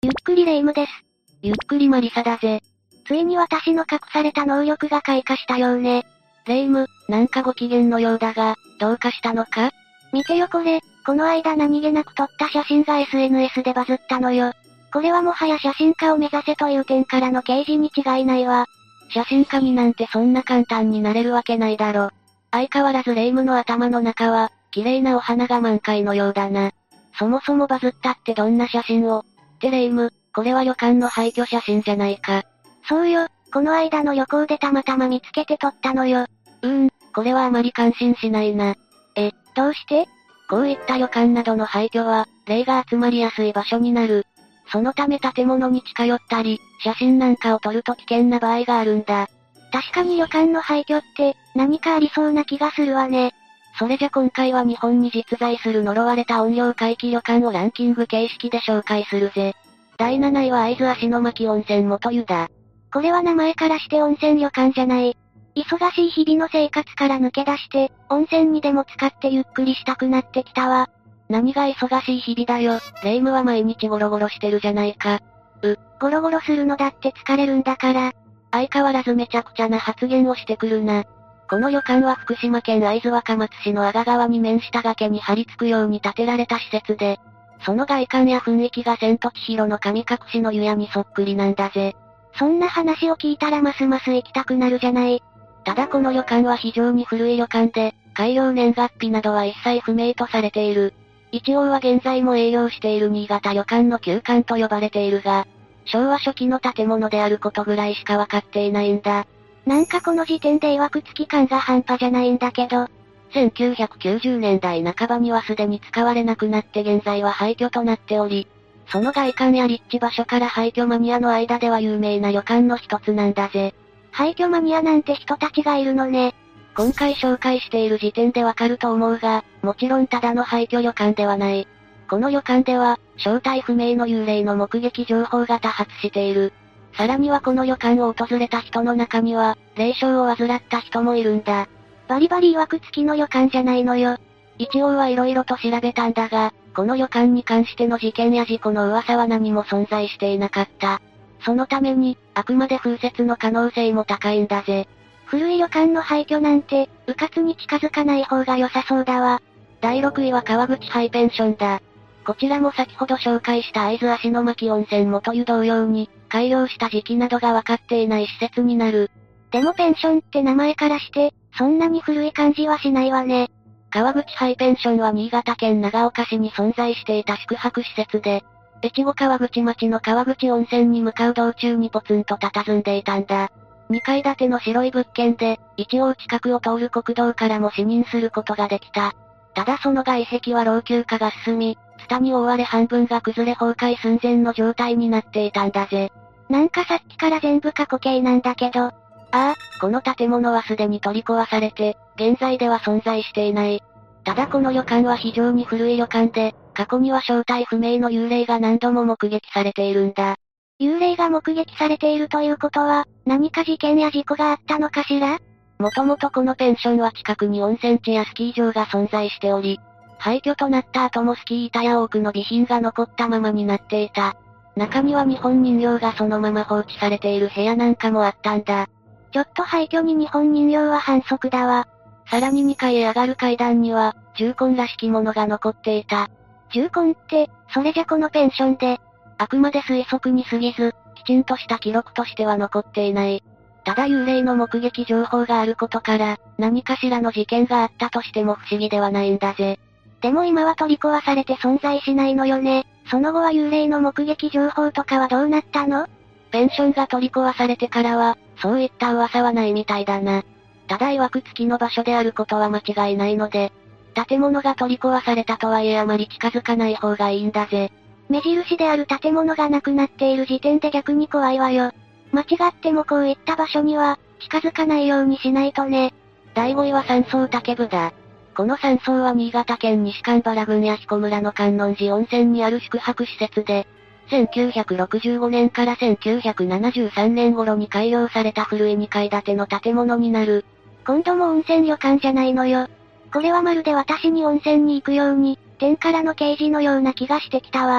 ゆっくりレ夢ムです。 ゆっくりマリサだぜ。 ついに私の隠された能力が開花したようね。 レ夢ム、なんかご機嫌のようだが、どうかしたのか？ 見てよこれ、この間何気なく撮った写真が SNS でバズったのよ。これはもはや写真家を目指せという点からの掲示に違いないわ。 写真家になんてそんな簡単になれるわけないだろ。相変わらずレ夢ムの頭の中は、綺麗なお花が満開のようだな。そもそもバズったってどんな写真を？ってレ夢ム、これは旅館の廃墟写真じゃないか。 そうよ、この間の旅行でたまたま見つけて撮ったのよ。 これはあまり感心しないな。 どうして？ こういった旅館などの廃墟は、霊が集まりやすい場所になる。そのため建物に近寄ったり、写真なんかを撮ると危険な場合があるんだ。 確かに旅館の廃墟って、何かありそうな気がするわね。 それじゃ今回は日本に実在する呪われた怨霊怪奇旅館をランキング形式で紹介するぜ。第7位は会津芦ノ牧温泉元湯だ。 これは名前からして温泉旅館じゃない。忙しい日々の生活から抜け出して、温泉にでも使ってゆっくりしたくなってきたわ。 何が忙しい日々だよ。レ夢ムは毎日ゴロゴロしてるじゃないか。 ゴロゴロするのだって疲れるんだから。 相変わらずめちゃくちゃな発言をしてくるな。この旅館は福島県会津若松市の阿賀川に面した崖に張り付くように建てられた施設で、その外観や雰囲気が千と千尋の神隠しの湯屋にそっくりなんだぜ。 そんな話を聞いたらますます行きたくなるじゃない。 ただこの旅館は非常に古い旅館で、開業年月日などは一切不明とされている。一応は現在も営業している新潟旅館の旧館と呼ばれているが、昭和初期の建物であることぐらいしかわかっていないんだ。 なんかこの時点で曰く付き感が半端じゃないんだけど。 1990年代半ばにはすでに使われなくなって現在は廃墟となっており、その外観や立地場所から廃墟マニアの間では有名な旅館の一つなんだぜ。 廃墟マニアなんて人たちがいるのね。 今回紹介している時点でわかると思うが、もちろんただの廃墟旅館ではない。この旅館では、正体不明の幽霊の目撃情報が多発している。さらにはこの旅館を訪れた人の中には、霊障を患った人もいるんだ。 バリバリ曰く付きの旅館じゃないのよ。 一応はいろいろと調べたんだが、この旅館に関しての事件や事故の噂は何も存在していなかった。そのために、あくまで風説の可能性も高いんだぜ。 古い旅館の廃墟なんて、迂闊に近づかない方が良さそうだわ。 第6位は川口ハイペンションだ。こちらも先ほど紹介した会津芦ノ牧温泉元湯同様に、開業した時期などがわかっていない施設になる。 でもペンションって名前からして、そんなに古い感じはしないわね。 川口ハイペンションは新潟県長岡市に存在していた宿泊施設で、越後川口町の川口温泉に向かう道中にポツンと佇んでいたんだ。2階建ての白い物件で、一応近くを通る国道からも視認することができた。ただその外壁は老朽化が進み、ツタに覆われ半分が崩れ崩壊寸前の状態になっていたんだぜ。 なんかさっきから全部過去形なんだけど。 この建物はすでに取り壊されて、現在では存在していない。ただこの旅館は非常に古い旅館で、過去には正体不明の幽霊が何度も目撃されているんだ。 幽霊が目撃されているということは、何か事件や事故があったのかしら？ もともとこのペンションは近くに温泉地やスキー場が存在しており、廃墟となった後もスキー板や多くの備品が残ったままになっていた。中には日本人形がそのまま放置されている部屋なんかもあったんだ。 ちょっと廃墟に日本人形は反則だわ。 さらに2階へ上がる階段には、銃痕らしきものが残っていた。 銃痕って、それじゃこのペンションで。 あくまで推測に過ぎず、きちんとした記録としては残っていない。ただ幽霊の目撃情報があることから、何かしらの事件があったとしても不思議ではないんだぜ。 でも今は取り壊されて存在しないのよね。その後は幽霊の目撃情報とかはどうなったの？ ペンションが取り壊されてからは、そういった噂はないみたいだな。ただ曰く付きの場所であることは間違いないので、建物が取り壊されたとはいえあまり近づかない方がいいんだぜ。 目印である建物がなくなっている時点で逆に怖いわよ。間違ってもこういった場所には、近づかないようにしないとね。 第5位は山荘竹部だ。この山荘は新潟県西蒲原郡弥彦村の観音寺温泉にある宿泊施設で、1965年から1973年頃に開業された古い2階建ての建物になる。 今度も温泉旅館じゃないのよ。これはまるで私に温泉に行くように、天からの啓示のような気がしてきたわ。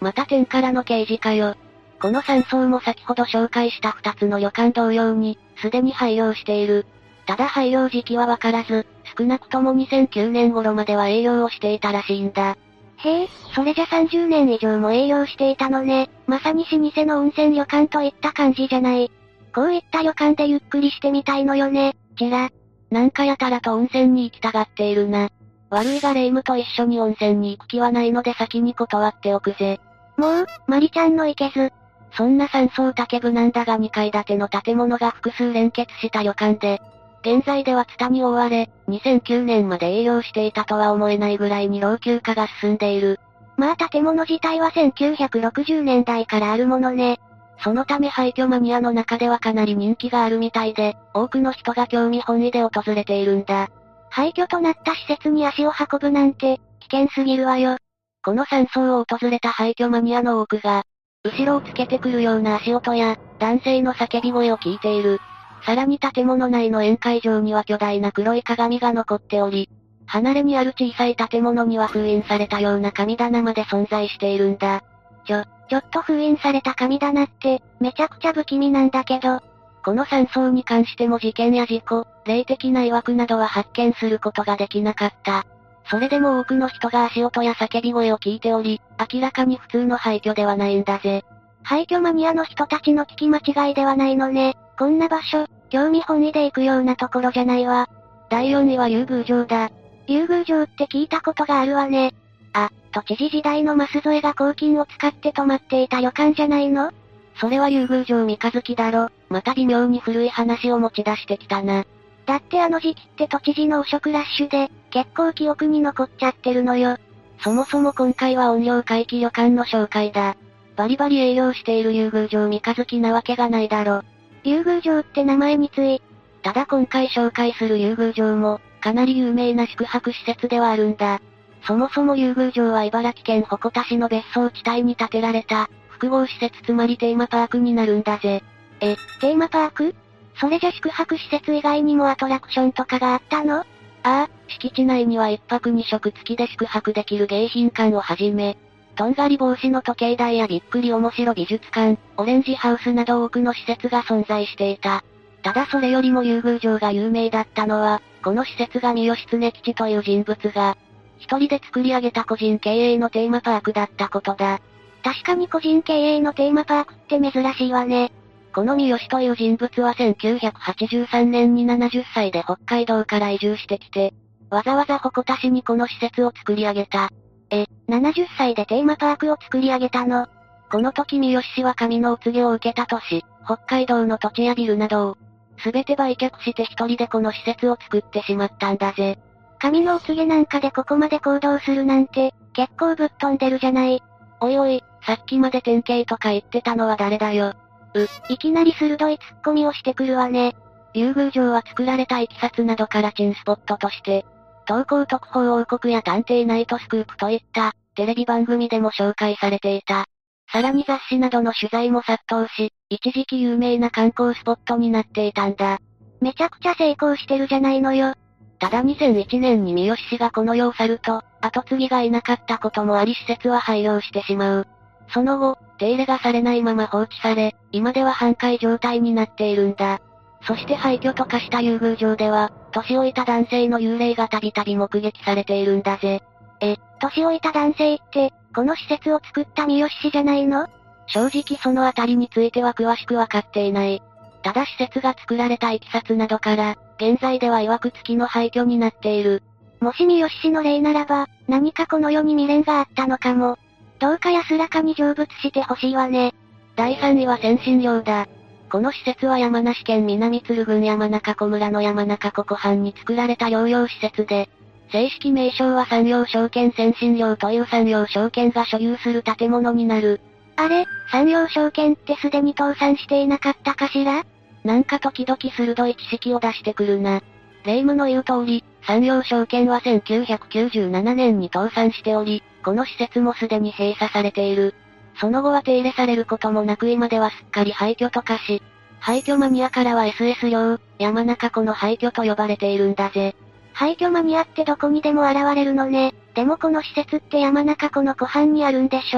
また天からの刑事かよ。この山荘も先ほど紹介した2つの旅館同様に、すでに廃業している。ただ廃業時期はわからず、少なくとも2009年頃までは営業をしていたらしいんだ。 へえ、それじゃ30年以上も営業していたのね。まさに老舗の温泉旅館といった感じじゃない。こういった旅館でゆっくりしてみたいのよね、チラ。 なんかやたらと温泉に行きたがっているな。悪いが霊夢と一緒に温泉に行く気はないので先に断っておくぜ。 もう、マリちゃんのいけず。 そんな山荘竹部なんだが2階建ての建物が複数連結した旅館で、現在ではツタに覆われ、2009年まで営業していたとは思えないぐらいに老朽化が進んでいる。 まあ建物自体は1960年代からあるものね。 そのため廃墟マニアの中ではかなり人気があるみたいで、多くの人が興味本位で訪れているんだ。 廃墟となった施設に足を運ぶなんて、危険すぎるわよ。 この山荘を訪れた廃墟マニアの多くが、後ろをつけてくるような足音や、男性の叫び声を聞いている。さらに建物内の宴会場には巨大な黒い鏡が残っており、離れにある小さい建物には封印されたような神棚まで存在しているんだ。 ちょっと封印された神棚って、めちゃくちゃ不気味なんだけど。 この山荘に関しても事件や事故、霊的な曰くなどは発見することができなかった。それでも多くの人が足音や叫び声を聞いており、明らかに普通の廃墟ではないんだぜ。 廃墟マニアの人たちの聞き間違いではないのね。こんな場所、興味本位で行くようなところじゃないわ。 第4位は竜宮城だ。 竜宮城って聞いたことがあるわね。あ、都知事時代の舛添が公金を使って泊まっていた旅館じゃないの？ それは竜宮城三日月だろ。また微妙に古い話を持ち出してきたな。 だってあの時期って都知事の汚職ラッシュで、結構記憶に残っちゃってるのよ。 そもそも今回は怨霊回帰旅館の紹介だ。バリバリ営業している竜宮城三日月なわけがないだろ。 竜宮城って名前につい。 ただ今回紹介する竜宮城も、かなり有名な宿泊施設ではあるんだ。そもそも竜宮城は茨城県鉾田市の別荘地帯に建てられた、複合施設つまりテーマパークになるんだぜ。 テーマパーク？それじゃ宿泊施設以外にもアトラクションとかがあったの？ ああ、敷地内には一泊二食付きで宿泊できる迎賓館をはじめ、とんがり帽子の時計台やびっくり面白美術館、オレンジハウスなど多くの施設が存在していた。ただそれよりも竜宮城が有名だったのは、この施設が三好常吉という人物が、一人で作り上げた個人経営のテーマパークだったことだ。 確かに個人経営のテーマパークって珍しいわね。 この三好という人物は1983年に70歳で北海道から移住してきて、わざわざ鉾田市にこの施設を作り上げた。 70歳でテーマパークを作り上げたの？ この時三好氏は神のお告げを受けたとし、北海道の土地やビルなどを、すべて売却して一人でこの施設を作ってしまったんだぜ。 神のお告げなんかでここまで行動するなんて、結構ぶっ飛んでるじゃない。 おいおい、さっきまで典型とか言ってたのは誰だよ。 いきなり鋭いツッコミをしてくるわね。 竜宮城は作られた経緯などから珍スポットとして、東光特報王国や探偵ナイトスクープといった、テレビ番組でも紹介されていた。さらに雑誌などの取材も殺到し、一時期有名な観光スポットになっていたんだ。 めちゃくちゃ成功してるじゃないのよ。 ただ2001年に三好氏がこの世を去ると、後継ぎがいなかったこともあり施設は廃業してしまう。その後、手入れがされないまま放置され、今では半壊状態になっているんだ。そして廃墟と化した竜宮城では、年老いた男性の幽霊がたびたび目撃されているんだぜ。 年老いた男性って、この施設を作った三好氏じゃないの？ 正直そのあたりについては詳しくわかっていない。ただ施設が作られた経緯などから、現在では曰く付きの廃墟になっている。 もし三好氏の霊ならば、何かこの世に未練があったのかも。どうか安らかに成仏してほしいわね。 第3位は先進寮だ。この施設は山梨県南鶴郡山中湖村の山中湖湖畔に作られた療養施設で、正式名称は産業証券先進寮という産業証券が所有する建物になる。 あれ、産業証券ってすでに倒産していなかったかしら？ なんか時々鋭い知識を出してくるな。霊夢の言う通り、産業証券は1997年に倒産しており、この施設もすでに閉鎖されている。その後は手入れされることもなく今ではすっかり廃墟と化し、廃墟マニアからは SS 寮、山中湖の廃墟と呼ばれているんだぜ。 廃墟マニアってどこにでも現れるのね。でもこの施設って山中湖の湖畔にあるんでしょ。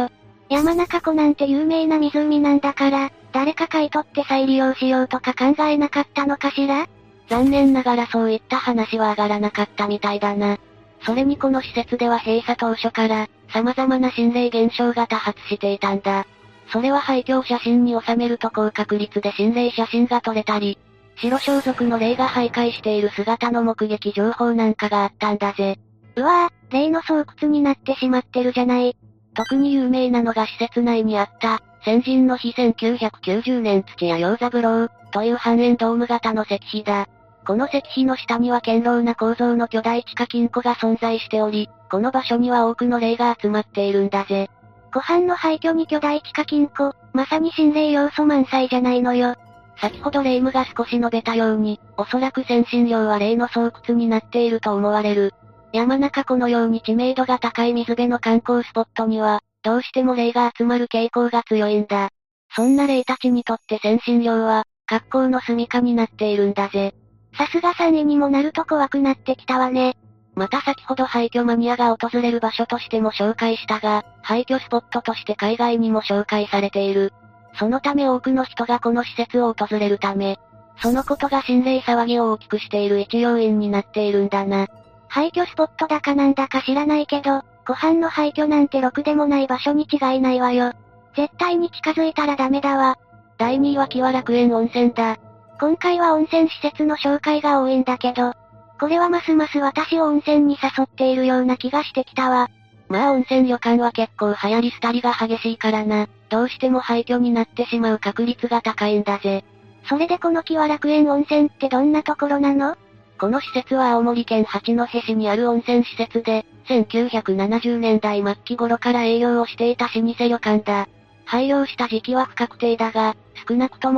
山中湖なんて有名な湖なんだから、誰か買い取って再利用しようとか考えなかったのかしら？ 残念ながらそういった話は上がらなかったみたいだな。それにこの施設では閉鎖当初から、様々な心霊現象が多発していたんだ。それは廃墟を写真に収めると高確率で心霊写真が撮れたり、白装束の霊が徘徊している姿の目撃情報なんかがあったんだぜ。 うわぁ、霊の巣窟になってしまってるじゃない。 特に有名なのが施設内にあった、先人の日1990年土屋陽三郎、という半円ドーム型の石碑だ。この石碑の下には堅牢な構造の巨大地下金庫が存在しており、この場所には多くの霊が集まっているんだぜ。 湖畔の廃墟に巨大地下金庫、まさに心霊要素満載じゃないのよ。 先ほど霊夢が少し述べたように、おそらく先進寮は霊の巣窟になっていると思われる。山中湖のように知名度が高い水辺の観光スポットには、どうしても霊が集まる傾向が強いんだ。そんな霊たちにとって先進寮は、格好の住処になっているんだぜ。 さすが3位にもなると怖くなってきたわね。 また先ほど廃墟マニアが訪れる場所としても紹介したが、廃墟スポットとして海外にも紹介されている。そのため多くの人がこの施設を訪れるため、そのことが心霊騒ぎを大きくしている一要因になっているんだな。 廃墟スポットだかなんだか知らないけど、湖畔の廃墟なんてろくでもない場所に違いないわよ。絶対に近づいたらダメだわ。 第2位は木和楽園温泉だ。 今回は温泉施設の紹介が多いんだけど、これはますます私を温泉に誘っているような気がしてきたわ。 まあ温泉旅館は結構流行り廃りが激しいからな。どうしても廃墟になってしまう確率が高いんだぜ。 それでこの木和楽園温泉ってどんなところなの？ この施設は青森県八戸市にある温泉施設で、1970年代末期頃から営業をしていた老舗旅館だ。廃業した時期は不確定だが、少なくとも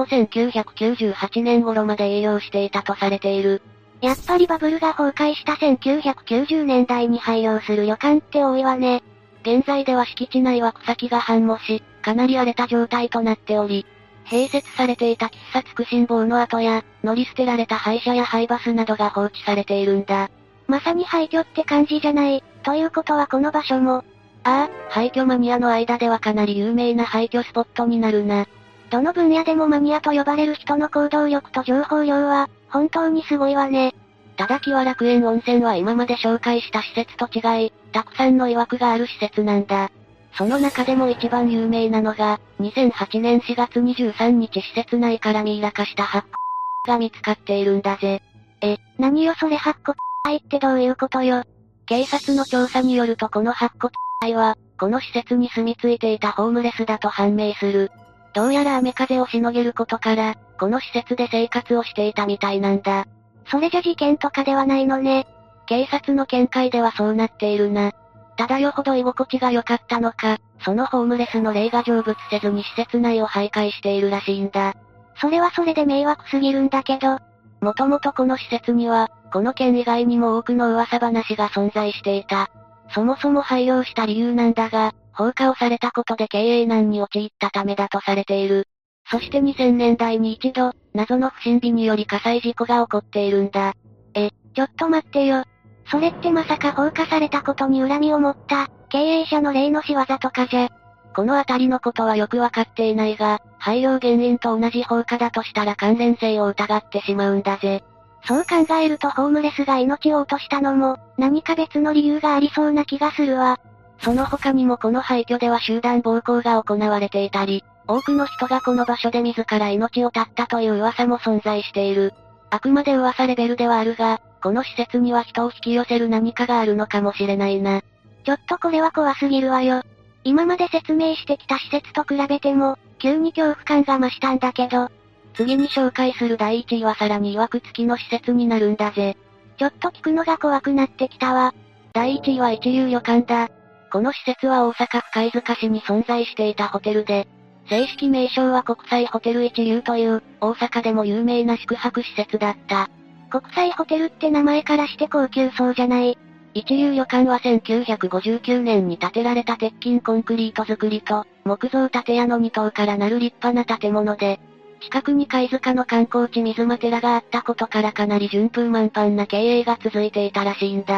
1998年頃まで営業していたとされている。 やっぱりバブルが崩壊した1990年代に廃業する旅館って多いわね。 現在では敷地内は草木が繁茂し、かなり荒れた状態となっており、併設されていた喫茶つくしん坊の跡や、乗り捨てられた廃車や廃バスなどが放置されているんだ。 まさに廃墟って感じじゃない。ということはこの場所も、 ああ、廃墟マニアの間ではかなり有名な廃墟スポットになるな。 どの分野でもマニアと呼ばれる人の行動力と情報量は、本当にすごいわね。 ただ木和楽園温泉は今まで紹介した施設と違い、たくさんの曰くがある施設なんだ。その中でも一番有名なのが、2008年4月23日施設内からミイラ化した白骨が見つかっているんだぜ。 何よそれ白骨ってどういうことよ。 警察の調査によるとこの白骨は、この施設に住み着いていたホームレスだと判明する。どうやら雨風をしのげることから、この施設で生活をしていたみたいなんだ。 それじゃ事件とかではないのね。 警察の見解ではそうなっているな。ただよほど居心地が良かったのか、そのホームレスの霊が成仏せずに施設内を徘徊しているらしいんだ。 それはそれで迷惑すぎるんだけど。 もともとこの施設には、この件以外にも多くの噂話が存在していた。そもそも廃業した理由なんだが、放火をされたことで経営難に陥ったためだとされている。そして2000年代に一度、謎の不審火により火災事故が起こっているんだ。 ちょっと待ってよ。それってまさか放火されたことに恨みを持った、経営者の霊の仕業とかじゃ。 このあたりのことはよくわかっていないが、廃業原因と同じ放火だとしたら関連性を疑ってしまうんだぜ。 そう考えるとホームレスが命を落としたのも、何か別の理由がありそうな気がするわ。 その他にもこの廃墟では集団暴行が行われていたり、多くの人がこの場所で自ら命を絶ったという噂も存在している。あくまで噂レベルではあるが、この施設には人を引き寄せる何かがあるのかもしれないな。 ちょっとこれは怖すぎるわよ。今まで説明してきた施設と比べても、急に恐怖感が増したんだけど。 次に紹介する第1位はさらに曰く付きの施設になるんだぜ。 ちょっと聞くのが怖くなってきたわ。 第1位は一流旅館だ。この施設は大阪府貝塚市に存在していたホテルで、正式名称は国際ホテル一流という、大阪でも有名な宿泊施設だった。 国際ホテルって名前からして高級そうじゃない。 一流旅館は1959年に建てられた鉄筋コンクリート造りと、木造建屋の2棟からなる立派な建物で、近くに貝塚の観光地水間寺があったことからかなり順風満帆な経営が続いていたらしいんだ。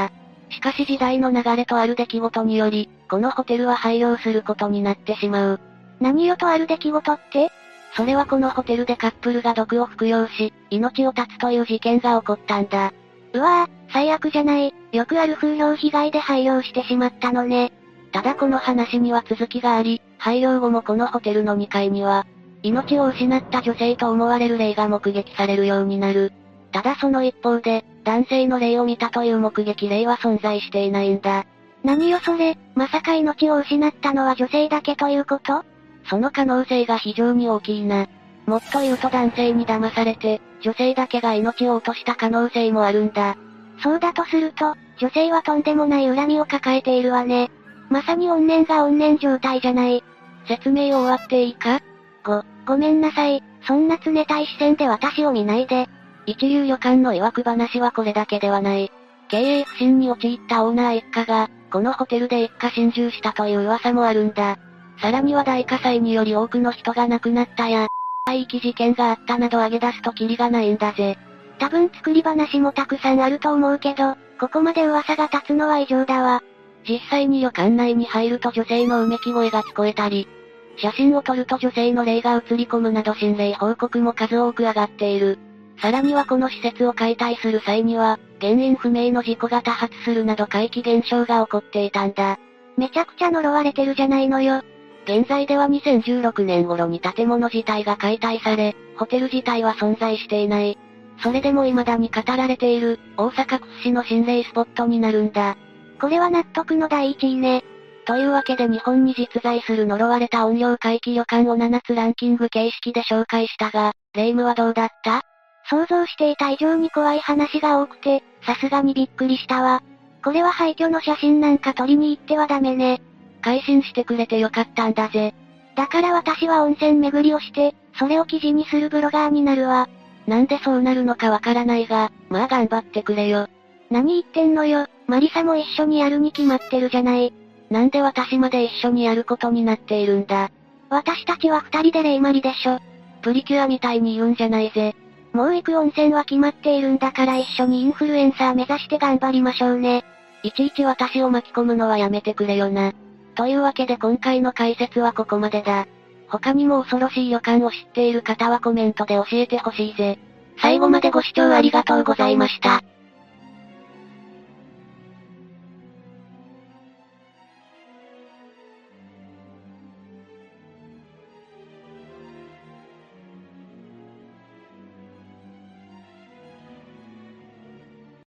しかし時代の流れとある出来事により、このホテルは廃業することになってしまう。 何よとある出来事って？ それはこのホテルでカップルが毒を服用し、命を絶つという事件が起こったんだ。 うわぁ、最悪じゃない。よくある風評被害で廃業してしまったのね。 ただこの話には続きがあり、廃業後もこのホテルの2階には、命を失った女性と思われる霊が目撃されるようになる。ただその一方で、男性の霊を見たという目撃例は存在していないんだ。 何よそれ、まさか命を失ったのは女性だけということ？ その可能性が非常に大きいな。もっと言うと男性に騙されて、女性だけが命を落とした可能性もあるんだ。 そうだとすると、女性はとんでもない恨みを抱えているわね。まさに怨念が怨念状態じゃない。 説明を終わっていいか？ ごめんなさい。そんな冷たい視線で私を見ないで。 一流旅館の曰く話はこれだけではない。経営不振に陥ったオーナー一家が、このホテルで一家心中したという噂もあるんだ。さらには大火災により多くの人が亡くなったや、遺棄事件があったなど挙げ出すとキリがないんだぜ。 多分作り話もたくさんあると思うけど、ここまで噂が立つのは異常だわ。 実際に旅館内に入ると女性のうめき声が聞こえたり、写真を撮ると女性の霊が映り込むなど心霊報告も数多く上がっている。さらにはこの施設を解体する際には、原因不明の事故が多発するなど怪奇現象が起こっていたんだ。 めちゃくちゃ呪われてるじゃないのよ。 現在では2016年頃に建物自体が解体され、ホテル自体は存在していない。それでも未だに語られている、大阪屈指の心霊スポットになるんだ。 これは納得の第一位ね。 というわけで日本に実在する呪われた怨霊怪奇旅館を7つランキング形式で紹介したが、霊夢はどうだった？ 想像していた以上に怖い話が多くて、さすがにびっくりしたわ。これは廃墟の写真なんか撮りに行ってはダメね。 改心してくれてよかったんだぜ。 だから私は温泉巡りをして、それを記事にするブロガーになるわ。 なんでそうなるのかわからないが、まあ頑張ってくれよ。 何言ってんのよ、マリサも一緒にやるに決まってるじゃない。 なんで私まで一緒にやることになっているんだ。 私たちは二人で霊マリでしょ。 プリキュアみたいに言うんじゃないぜ。 もう行く温泉は決まっているんだから一緒にインフルエンサー目指して頑張りましょうね。 いちいち私を巻き込むのはやめてくれよな。というわけで今回の解説はここまでだ。他にも恐ろしい旅館を知っている方はコメントで教えてほしいぜ。最後までご視聴ありがとうございました。